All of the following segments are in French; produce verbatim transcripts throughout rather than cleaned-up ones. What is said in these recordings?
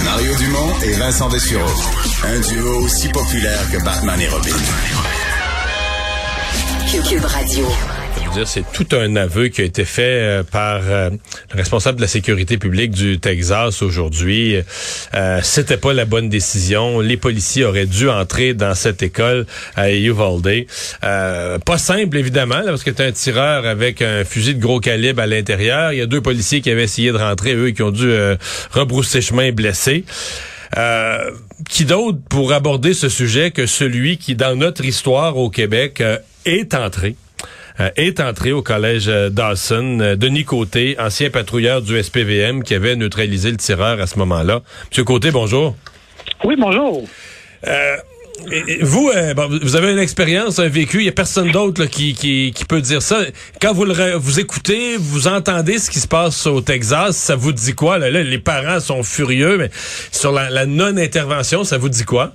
Mario Dumont et Vincent Dessureau. Un duo aussi populaire que Batman et Robin. Cube Radio. Je veux dire, c'est tout un aveu qui a été fait euh, par euh, le responsable de la sécurité publique du Texas aujourd'hui. Euh, c'était pas la bonne décision. Les policiers auraient dû entrer dans cette école à Uvalde. Euh, pas simple, évidemment, là, parce que t'as un tireur avec un fusil de gros calibre à l'intérieur. Il y a deux policiers qui avaient essayé de rentrer, eux, qui ont dû euh, rebrousser chemin blessés. Euh, qui d'autre pour aborder ce sujet que celui qui, dans notre histoire au Québec, euh, est entré Euh, est entré au collège euh, Dawson. Euh, Denis Côté, ancien patrouilleur du S P V M qui avait neutralisé le tireur à ce moment-là. Monsieur Côté, bonjour. Oui, bonjour. Euh, et, et vous, euh, bon, vous avez une expérience, un vécu. Il n'y a personne d'autre là, qui, qui, qui peut dire ça. Quand vous le, vous écoutez, vous entendez ce qui se passe au Texas, ça vous dit quoi? Là, là les parents sont furieux, mais sur la, la non-intervention, ça vous dit quoi?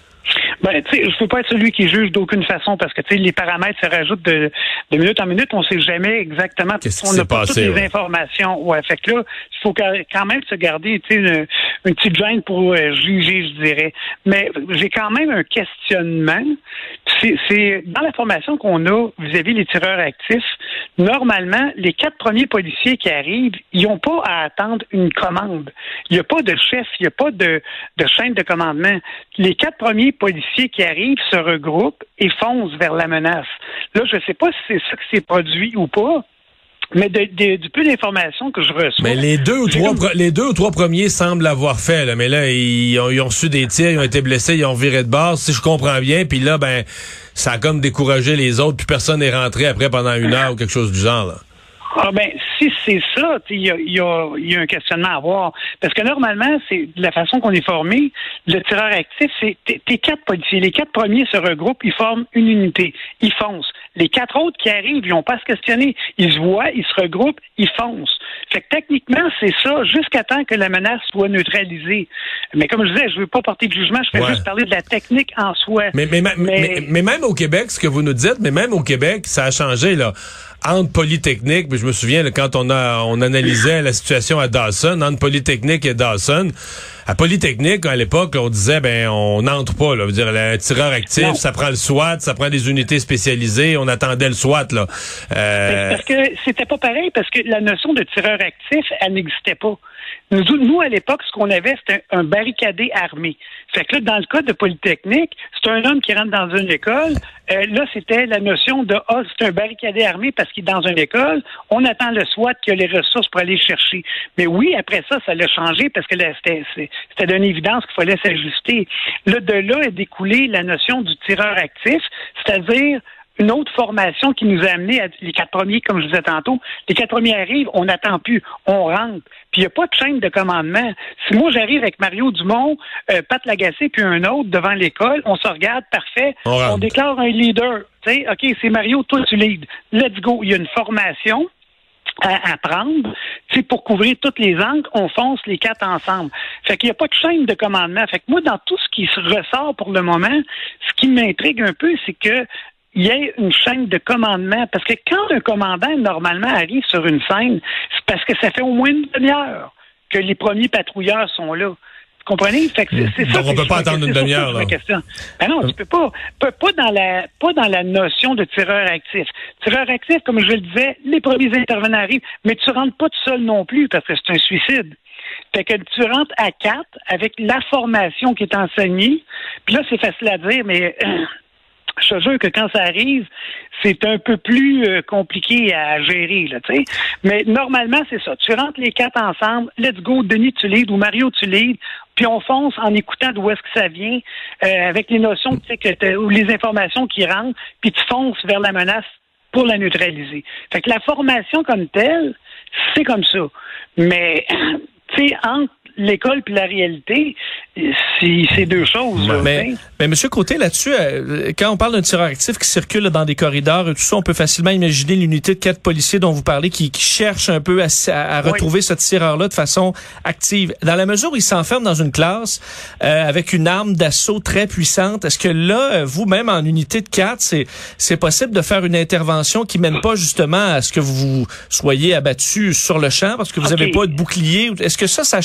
Ben, tu sais, je peux pas être celui qui juge d'aucune façon parce que, tu sais, les paramètres se rajoutent de, de minute en minute. On sait jamais exactement. Qu'est-ce qui on s'est n'a pas passé, toutes les ouais. informations. Ouais, fait que là, il faut quand même se garder, tu sais, une, une petite gêne pour euh, juger, je dirais. Mais j'ai quand même un questionnement. C'est, c'est dans la formation qu'on a vis-à-vis les tireurs actifs. Normalement, les quatre premiers policiers qui arrivent, ils n'ont pas à attendre une commande. Il n'y a pas de chef, il n'y a pas de, de chaîne de commandement. Les quatre premiers policiers qui arrivent se regroupent et foncent vers la menace. Là, je ne sais pas si c'est ça qui s'est produit ou pas, mais de, de, du peu d'informations que je reçois... Mais les deux ou trois, comme... les deux ou trois premiers semblent l'avoir fait, là. Mais là, ils ont, ils ont reçu des tirs, ils ont été blessés, ils ont viré de bord, si je comprends bien. Puis là, ben, ça a comme découragé les autres, puis personne n'est rentré après pendant une heure ou quelque chose du genre, là. Ah ben, si c'est ça, il y a, y, a, y a un questionnement à avoir. Parce que normalement, c'est de la façon qu'on est formé, le tireur actif, c'est tes quatre policiers. Les quatre premiers se regroupent, ils forment une unité. Ils foncent. Les quatre autres qui arrivent, ils n'ont pas à se questionner. Ils se voient, ils se regroupent, ils foncent. Fait que techniquement, c'est ça, jusqu'à temps que la menace soit neutralisée. Mais comme je disais, je ne veux pas porter de jugement, je fais ouais. juste parler de la technique en soi. Mais, mais, mais, mais... Mais, mais même au Québec, ce que vous nous dites, mais même au Québec, ça a changé, là. Entre Polytechnique, puis je me souviens là, quand on a on analysait la situation à Dawson, entre Polytechnique et Dawson, à Polytechnique, à l'époque, on disait ben on n'entre pas, là, veut dire le tireur actif, non. Ça prend le SWAT, ça prend des unités spécialisées, on attendait le SWAT là. Euh... Parce que c'était pas pareil, parce que la notion de tireur actif, elle n'existait pas. Nous, nous, à l'époque, ce qu'on avait, c'était un, un barricadé armé. Fait que là, dans le cas de Polytechnique, c'est un homme qui rentre dans une école. Euh, là, c'était la notion de ah, c'est un barricadé armé parce qu'il est dans une école. On attend le SWAT qui a les ressources pour aller chercher. Mais oui, après ça, ça l'a changé parce que là, c'était, c'était d'une évidence qu'il fallait s'ajuster. Là, de là est découlée la notion du tireur actif, c'est-à-dire une autre formation qui nous a amené à les quatre premiers, comme je disais tantôt. Les quatre premiers arrivent, on n'attend plus, on rentre. Puis il n'y a pas de chaîne de commandement. Si moi j'arrive avec Mario Dumont, euh, Pat Lagacé, puis un autre devant l'école, on se regarde, parfait, on, on déclare un leader. Tu sais, OK, c'est Mario, toi tu lead. Let's go. Il y a une formation à, à prendre. Tu sais, pour couvrir toutes les angles, on fonce les quatre ensemble. Fait qu'il n'y a pas de chaîne de commandement. Fait que moi, dans tout ce qui se ressort pour le moment, ce qui m'intrigue un peu, c'est que il y a une chaîne de commandement. Parce que quand un commandant, normalement, arrive sur une scène, c'est parce que ça fait au moins une demi-heure que les premiers patrouilleurs sont là. Vous comprenez? Fait que c'est, c'est ça. Donc, on peut pas attendre une demi-heure, là. Ben non, tu peux pas. Pas, pas dans la, pas dans la notion de tireur actif. Tireur actif, comme je le disais, les premiers intervenants arrivent, mais tu rentres pas tout seul non plus parce que c'est un suicide. Fait que tu rentres à quatre avec la formation qui est enseignée. Puis là, c'est facile à dire, mais euh, je te jure que quand ça arrive, c'est un peu plus euh, compliqué à gérer, là, tu sais. Mais normalement, c'est ça. Tu rentres les quatre ensemble, let's go, Denis, tu lead, ou Mario, tu lead, puis on fonce en écoutant d'où est-ce que ça vient, euh, avec les notions, tu sais, que ou les informations qui rentrent, puis tu fonces vers la menace pour la neutraliser. Fait que la formation comme telle, c'est comme ça. Mais, tu sais, entre l'école puis la réalité, c'est, c'est deux choses. Là, mais, mais M. Côté, là-dessus, euh, quand on parle d'un tireur actif qui circule dans des corridors et tout ça, on peut facilement imaginer l'unité de quatre policiers dont vous parlez qui, qui cherchent un peu à, à, à retrouver oui. ce tireur-là de façon active. Dans la mesure où il s'enferme dans une classe euh, avec une arme d'assaut très puissante, est-ce que là, vous-même, en unité de quatre, c'est, c'est possible de faire une intervention qui mène pas justement à ce que vous soyez abattu sur le champ parce que vous n'avez okay. pas de bouclier? Est-ce que ça, ça change la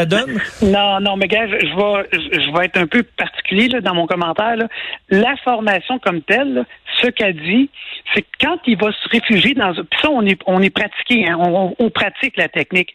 la donne? Non, non, mais gars, je, je vais, je, je vais être un peu particulier là, dans mon commentaire. Là. La formation comme telle, là, ce qu'a dit, c'est que quand il va se réfugier dans... Puis ça, on est, on est pratiqué, hein, on, on pratique la technique.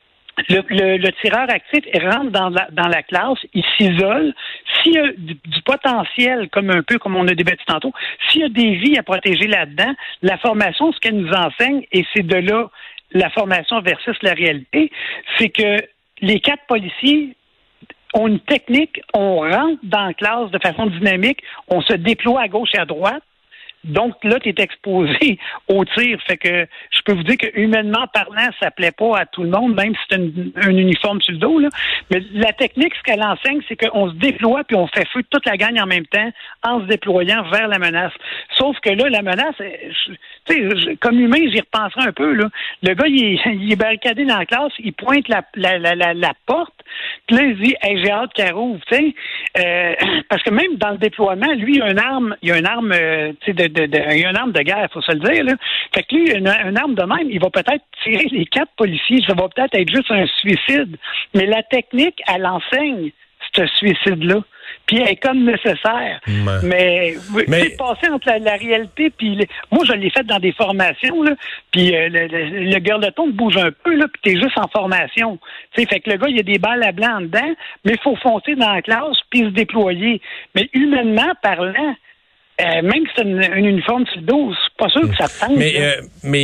Le, le, le tireur actif rentre dans la, dans la classe, il s'isole. S'il y a du, du potentiel, comme un peu comme on a débattu tantôt, s'il y a des vies à protéger là-dedans, la formation, ce qu'elle nous enseigne, et c'est de là la formation versus la réalité, c'est que les quatre policiers ont une technique, on rentre dans la classe de façon dynamique, on se déploie à gauche et à droite. Donc là, tu es exposé au tir. Fait que je peux vous dire que humainement parlant, ça plaît pas à tout le monde, même si c'est un, un uniforme sur le dos. Là. Mais la technique, ce qu'elle enseigne, c'est qu'on se déploie puis on fait feu de toute la gang en même temps en se déployant vers la menace. Sauf que là, la menace, tu sais, comme humain, j'y repenserai un peu. Là. Le gars, il est, il est barricadé dans la classe, il pointe la, la, la, la, la porte, puis là, il se dit hey, j'ai hâte qu'elle rouvre. Tu sais, euh, parce que même dans le déploiement, lui, il a une arme, il a une arme, euh, tu sais, de De, de, il y a une arme de guerre, il faut se le dire. Là. Fait que lui, une, une arme de même, il va peut-être tirer les quatre policiers. Ça va peut-être être juste un suicide. Mais la technique, elle enseigne ce suicide-là. Puis elle est comme nécessaire. Ouais. Mais, Mais... c'est passé entre la, la réalité puis... Les... Moi, je l'ai fait dans des formations, là. Puis euh, le, le, le garde-ton bouge un peu, là, puis t'es juste en formation. T'sais, fait que le gars, il y a des balles à blanc dedans, mais il faut foncer dans la classe puis se déployer. Mais humainement parlant, Euh, même si c'est un uniforme sur le dos, c'est pas sûr que ça tente. Mais, euh, mais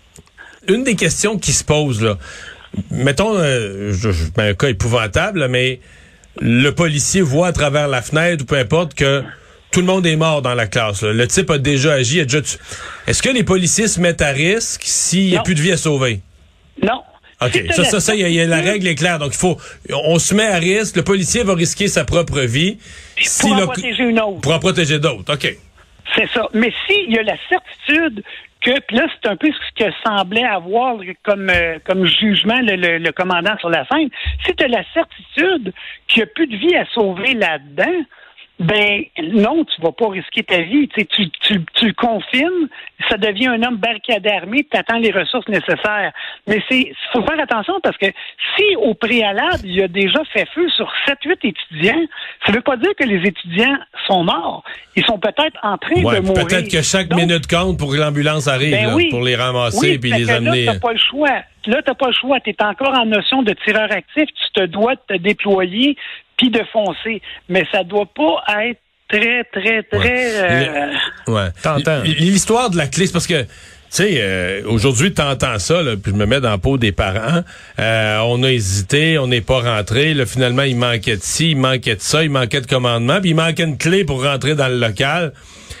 euh, une des questions qui se pose, là, mettons, euh, je, je mets un cas épouvantable, mais le policier voit à travers la fenêtre, ou peu importe, que tout le monde est mort dans la classe. Là. Le type a déjà agi, a déjà tué. Est-ce que les policiers se mettent à risque s'il n'y a plus de vie à sauver? Non. OK, si ça, ça, ça, il y, y a la règle est claire. Donc, il faut, on se met à risque. Le policier va risquer sa propre vie. Si pour en le, protéger une autre. Pour en protéger d'autres, OK. C'est ça. Mais s'il y a la certitude que, puis là, c'est un peu ce que semblait avoir comme, euh, comme jugement le, le, le commandant sur la scène. Si tu as la certitude qu'il n'y a plus de vie à sauver là-dedans, ben non, tu vas pas risquer ta vie. Tu, tu, tu, tu le confines, ça devient un homme barricadé armé, tu attends les ressources nécessaires. Mais c'est faut faire attention parce que si au préalable, il a déjà fait feu sur sept huit étudiants, ça veut pas dire que les étudiants sont morts. Ils sont peut-être en train ouais, de mourir. Peut-être que chaque Donc, minute compte pour que l'ambulance arrive, ben là, oui, pour les ramasser oui, puis les amener. Là, t'as pas le choix. Là, t'as pas le choix. Tu es encore en notion de tireur actif. Tu te dois de te déployer puis de foncer. Mais ça doit pas être très, très, très... Ouais. Euh, ouais. T'entends. L'histoire de la clé, c'est parce que, tu sais, euh, aujourd'hui, t'entends ça, là, puis je me mets dans la peau des parents. Euh, on a hésité, on n'est pas rentré. Là, finalement, il manquait de ci, il manquait de ça, il manquait de commandement, puis il manquait une clé pour rentrer dans le local.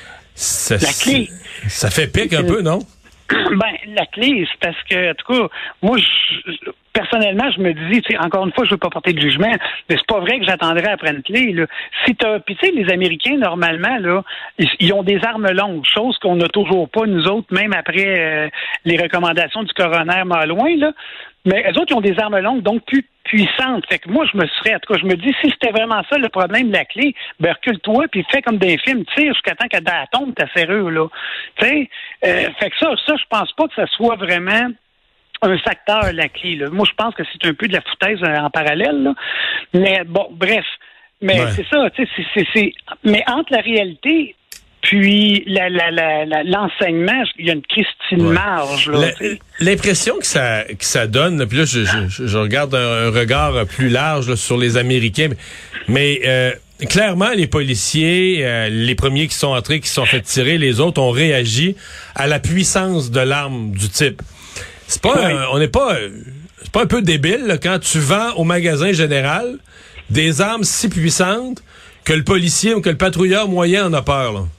Ça, la clé. Ça fait pique un peu, non? Ben, la clé, c'est parce que, en tout cas, moi, je, personnellement, je me dis, tu sais, encore une fois, je veux pas porter de jugement, mais c'est pas vrai que j'attendrais après une clé, là. Si t'as, puis tu sais, les Américains, normalement, là, ils, ils ont des armes longues, chose qu'on n'a toujours pas, nous autres, même après euh, les recommandations du coroner Malouin, là. Mais eux autres, ils ont des armes longues, donc plus puissantes. Fait que moi, je me serais, en tout cas, je me dis, si c'était vraiment ça le problème de la clé, ben recule-toi, puis fais comme des films, tire jusqu'à temps qu'elle tombe ta serrure, là. Tu sais, euh, fait que ça, ça, je pense pas que ça soit vraiment un facteur, la clé, là. Moi, je pense que c'est un peu de la foutaise en parallèle, là. Mais bon, bref. Mais ouais. c'est ça, tu sais, c'est, c'est, c'est... Mais entre la réalité puis la, la, la, la, l'enseignement, il y a une Christine ouais. marge. Là, la, l'impression que ça, que ça donne, puis là, je, je, je regarde un, un regard plus large là, sur les Américains, mais euh, clairement, les policiers, euh, les premiers qui sont entrés, qui se sont fait tirer, les autres ont réagi à la puissance de l'arme du type. C'est pas, oui. un, on n'est pas, c'est pas un peu débile là, quand tu vends au magasin général des armes si puissantes que le policier ou que le patrouilleur moyen en a peur, là.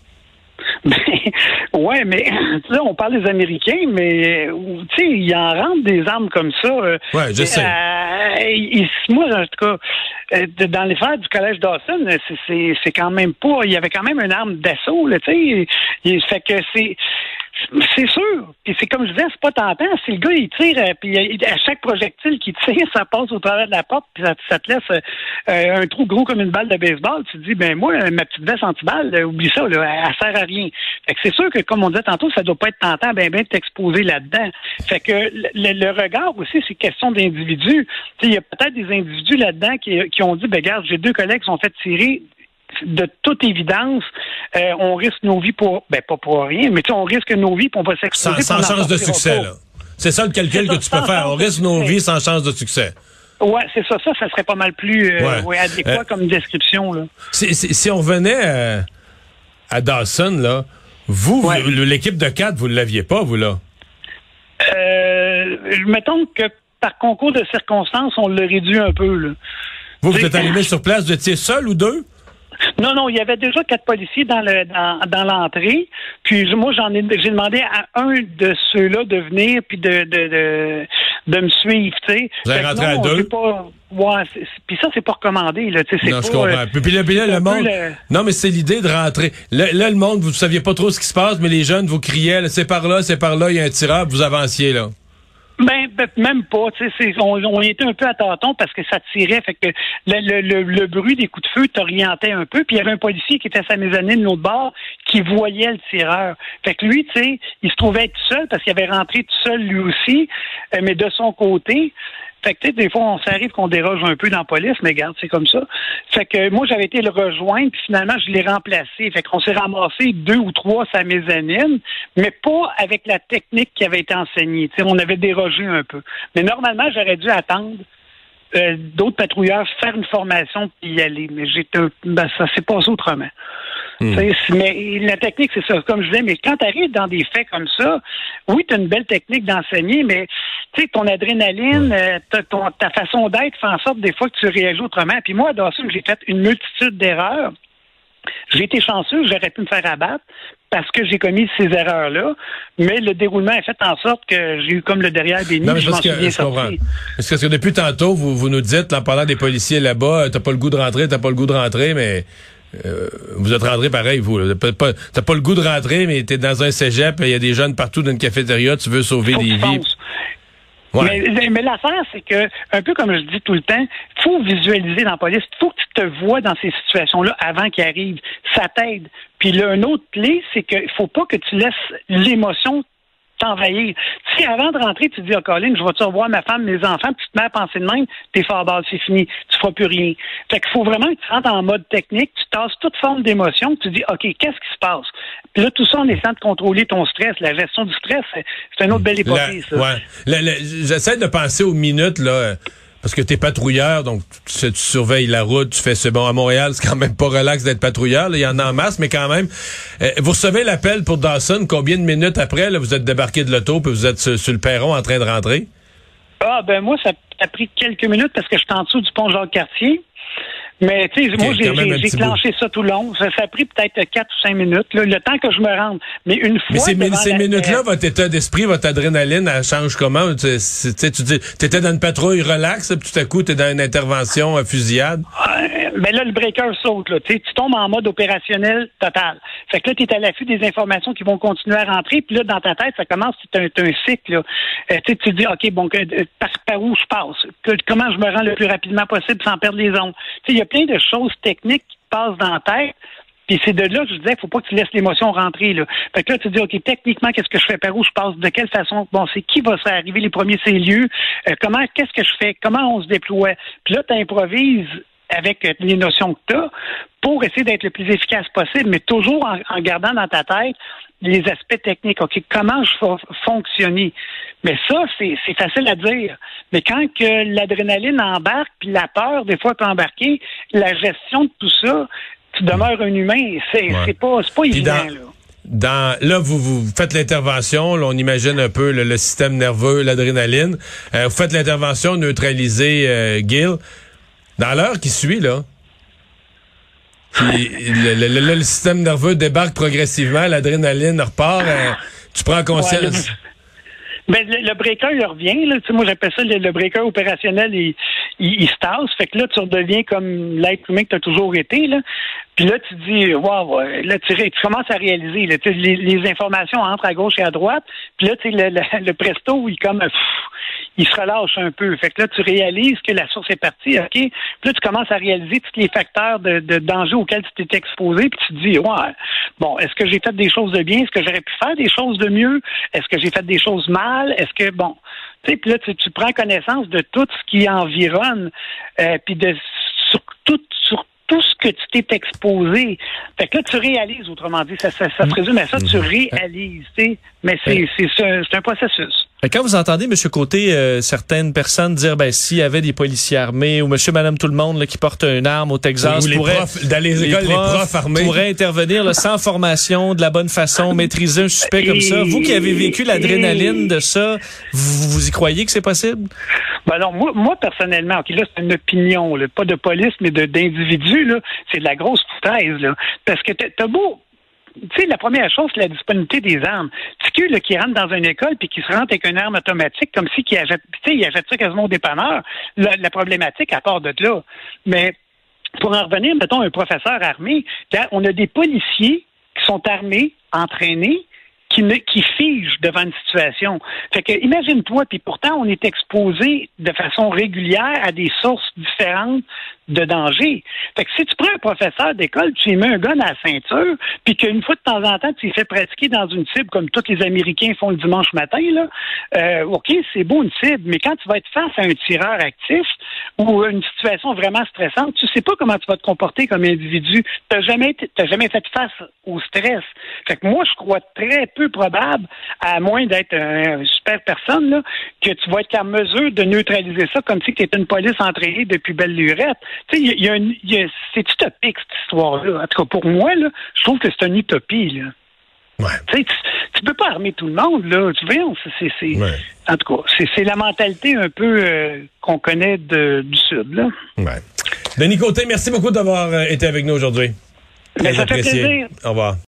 Ouais, mais là, on parle des Américains, mais tu sais, ils en rentrent des armes comme ça. Euh, ouais, je sais. Euh, ils, moi, en tout cas, euh, dans les frères du collège Dawson, c'est, c'est, c'est quand même pas... Il y avait quand même une arme d'assaut, là, tu sais. Il fait que c'est... C'est sûr. Puis c'est comme je disais, c'est pas tentant. Si le gars, il tire, euh, puis à chaque projectile qu'il tire, ça passe au travers de la porte, puis ça, ça te laisse euh, un trou gros comme une balle de baseball. Tu te dis, ben moi, ma petite veste anti-balle, euh, oublie ça, là, elle, elle sert à rien. Fait que c'est sûr que, comme on disait tantôt, ça doit pas être tentant, ben ben, de t'exposer là-dedans. Fait que le, le regard aussi, c'est question d'individus. Tu sais, il y a peut-être des individus là-dedans qui, qui ont dit, ben regarde, j'ai deux collègues qui sont fait tirer. De toute évidence, euh, on risque nos vies pour, ben pas pour rien, mais tu sais, on risque nos vies pour on va s'exposer. Sans, sans chance de succès, là. C'est ça le calcul que tu peux faire. On risque nos vies sans chance de succès. Ouais, c'est ça. Ça, ça serait pas mal plus euh, ouais. Ouais, adéquat euh, comme description, là. Si, si, si on revenait à, à Dawson, là, vous, ouais. vous, l'équipe de quatre, vous ne l'aviez pas, vous, là? Euh, mettons que par concours de circonstances, on l'a réduit un peu, là. Vous, vous êtes arrivé sur place, vous étiez seul ou deux? Non, non, il y avait déjà quatre policiers dans le dans, dans l'entrée. Puis moi, j'en ai j'ai demandé à un de ceux-là de venir puis de de de, de me suivre, tu sais. Vous avez rentré à deux? Pas, ouais, c'est, puis ça, c'est pas recommandé, là. Tu sais, c'est non, pas, je comprends. Euh, puis, puis là, puis là le monde. Le... Non, mais c'est l'idée de rentrer. Là, là, le monde, vous saviez pas trop ce qui se passe, mais les jeunes vous criaient, là, c'est par là, c'est par là, il y a un tireur, vous avanciez là. Ben, ben, même pas, tu sais, on, on était un peu à tâtons parce que ça tirait, fait que le, le, le bruit des coups de feu t'orientait un peu, puis il y avait un policier qui était à sa mezzanine de l'autre bord qui voyait le tireur. Fait que lui, tu sais, il se trouvait être seul parce qu'il avait rentré tout seul lui aussi, euh, mais de son côté. Fait que, tu sais, des fois, on s'arrive qu'on déroge un peu dans la police, mais regarde, c'est comme ça. Fait que moi, j'avais été le rejoindre, puis finalement, je l'ai remplacé. Fait qu'on s'est ramassé deux ou trois sa mezzanine, mais pas avec la technique qui avait été enseignée. Tu sais, on avait dérogé un peu. Mais normalement, j'aurais dû attendre euh, d'autres patrouilleurs faire une formation puis y aller. Mais j'étais un... ben, ça s'est passé autrement. Mmh. Mais la technique, c'est ça. Comme je disais, mais quand tu arrives dans des faits comme ça, oui, tu as une belle technique d'enseigner, mais tu sais, ton adrénaline, euh, ta, ton, ta façon d'être fait en sorte des fois que tu réagis autrement. Puis moi, à Dawson, j'ai fait une multitude d'erreurs. J'ai été chanceux, j'aurais pu me faire abattre parce que j'ai commis ces erreurs-là, mais le déroulement a fait en sorte que j'ai eu comme le derrière béni. Non, mais je m'en suis bien sorti. Parce que depuis tantôt, vous, vous nous dites, en parlant des policiers là-bas, t'as pas le goût de rentrer, t'as pas le goût de rentrer, mais... Euh, vous êtes rentré pareil, vous. Là. T'as, pas, t'as pas le goût de rentrer, mais t'es dans un cégep, il y a des jeunes partout dans une cafétéria, tu veux sauver Faut des vies. Ouais. Mais, mais l'affaire, c'est que, un peu comme je dis tout le temps, faut visualiser dans la police, faut que tu te vois dans ces situations-là avant qu'ils arrivent. Ça t'aide. Puis là, une autre clé, c'est qu'il faut pas que tu laisses l'émotion t'envahir. Si avant de rentrer, tu te dis, oh, Colin, je vais-tu revoir ma femme, mes enfants, puis tu te mets à penser de même, t'es fort balle, c'est fini, tu feras plus rien. Fait qu'il faut vraiment que tu rentres en mode technique, tu tasses toute forme d'émotion, tu te dis, OK, qu'est-ce qui se passe? Puis là, tout ça en essayant de contrôler ton stress. La gestion du stress, c'est, c'est une autre belle hypothèse, ça. Ouais. Le, le, j'essaie de penser aux minutes, là, parce que t'es patrouilleur, donc tu, tu surveilles la route, tu fais ce bon à Montréal, c'est quand même pas relax d'être patrouilleur, il y en a en masse, mais quand même. Euh, vous recevez l'appel pour Dawson, combien de minutes après, là, vous êtes débarqué de l'auto, puis vous êtes sur, sur le perron en train de rentrer? Ah, ben moi, ça a pris quelques minutes parce que j'étais en dessous du pont Jacques-Cartier. Mais, tu sais, moi, j'ai, j'ai, j'ai clenché ça tout long. Ça, ça a pris peut-être quatre ou cinq minutes, là, le temps que je me rende. Mais une fois... Mais ces, ces la... minutes-là, votre état d'esprit, votre adrénaline, elle change comment? Tu sais, tu dis, t'étais dans une patrouille relax, puis tout à coup, t'es dans une intervention à fusillade? Euh, ben là, le breaker saute, là. Tu sais, tu tombes en mode opérationnel total. Fait que là, t'es à l'affût des informations qui vont continuer à rentrer, puis là, dans ta tête, ça commence, c'est un, c'est un cycle, là. Euh, tu te dis, OK, bon, euh, par, par où je passe? Que, comment je me rends le plus rapidement possible sans perdre les ondes? Tu sais, il y a plein de choses techniques qui passent dans la tête. Puis c'est de là que je disais, il faut pas que tu laisses l'émotion rentrer, là. Fait que là, tu te dis, OK, techniquement, qu'est-ce que je fais? Par où je passe? De quelle façon? Bon, c'est qui va s'arriver les premiers ces lieux? Euh, comment, qu'est-ce que je fais? Comment on se déploie? Puis là, tu improvises avec les notions que tu as pour essayer d'être le plus efficace possible, mais toujours en, en gardant dans ta tête les aspects techniques. OK, comment je vais fonctionner? Mais ça, c'est, c'est facile à dire. Mais quand que l'adrénaline embarque, puis la peur, des fois, peut embarquer, la gestion de tout ça, tu demeures un humain. C'est, ouais. c'est pas, c'est pas évident, dans, là. Dans, là, vous, vous faites l'intervention, là, on imagine un peu le, le système nerveux, l'adrénaline. Euh, vous faites l'intervention, neutraliser euh, Gil. Dans l'heure qui suit, là, puis le, le, le, le système nerveux débarque progressivement, l'adrénaline repart, euh, tu prends conscience. Ouais, Ben, le, le breaker, il revient. Là. Tu sais, moi, j'appelle ça le, le breaker opérationnel, il, il, il se tasse. Fait que là, tu redeviens comme l'être humain que tu as toujours été. Là. Puis là, tu dis, waouh, là, tu, tu commences à réaliser. Là, tu sais, les, les informations entrent à gauche et à droite. Puis là, tu sais, le, le, le presto, il comme pff, il se relâche un peu. Fait que là, tu réalises que la source est partie, OK? Puis là, tu commences à réaliser tous les facteurs de, de danger auxquels tu t'es exposé. Puis tu te dis, ouais, bon, est-ce que j'ai fait des choses de bien? Est-ce que j'aurais pu faire des choses de mieux? Est-ce que j'ai fait des choses mal? Est-ce que, bon, tu sais, puis là, tu, tu prends connaissance de tout ce qui environne, euh, puis de sur tout, sur tout ce que tu t'es exposé. Fait que là, tu réalises, autrement dit, ça, ça, ça se résume à ça, tu réalises, tu sais, mais c'est, c'est, c'est, c'est un processus. Quand vous entendez, M. Côté, euh, certaines personnes dire, ben, s'il y avait des policiers armés ou monsieur, madame, tout le monde là, qui porte une arme au Texas, ou les pourrait, profs, dans les écoles, les profs, les profs armés pourraient intervenir là, sans formation, de la bonne façon, maîtriser un suspect comme ça. Vous qui avez vécu l'adrénaline de ça, vous, vous y croyez que c'est possible? Ben non, moi, moi personnellement, ok, là, c'est une opinion, là, pas de police, mais de, d'individus, là, c'est de la grosse foutaise, là. Parce que t'as, t'as beau. Tu sais, la première chose, c'est la disponibilité des armes. Ticu, là, qui rentre dans une école puis qui se rentre avec une arme automatique, comme si qu'il achète, tu sais, il achète ça quasiment au dépanneur. La, la problématique, à part de là. Mais, pour en revenir, mettons, un professeur armé, là, on a des policiers qui sont armés, entraînés, qui, ne, qui figent devant une situation. Fait que, imagine-toi, puis pourtant, on est exposé de façon régulière à des sources différentes de danger. Fait que si tu prends un professeur d'école, tu lui mets un gun à la ceinture, puis qu'une fois de temps en temps, tu lui fais pratiquer dans une cible comme tous les Américains font le dimanche matin, là, euh, OK, c'est beau une cible, mais quand tu vas être face à un tireur actif ou une situation vraiment stressante, tu sais pas comment tu vas te comporter comme individu. T'as jamais, t'as jamais fait face au stress. Fait que moi, je crois très peu probable, à moins d'être une super personne, là, que tu vas être en mesure de neutraliser ça comme si tu étais une police entraînée depuis belle lurette. Tu sais, il y a, une, y a c'est utopique, cette histoire-là. En tout cas, pour moi, là, je trouve que c'est une utopie, là. Ouais. Tu sais, tu, tu peux pas armer tout le monde, là. Tu vois, c'est, c'est, ouais. En tout cas, c'est, c'est la mentalité un peu euh, qu'on connaît de, du Sud, là. Ouais. Denis Côté, merci beaucoup d'avoir été avec nous aujourd'hui. Très apprécié. Au revoir.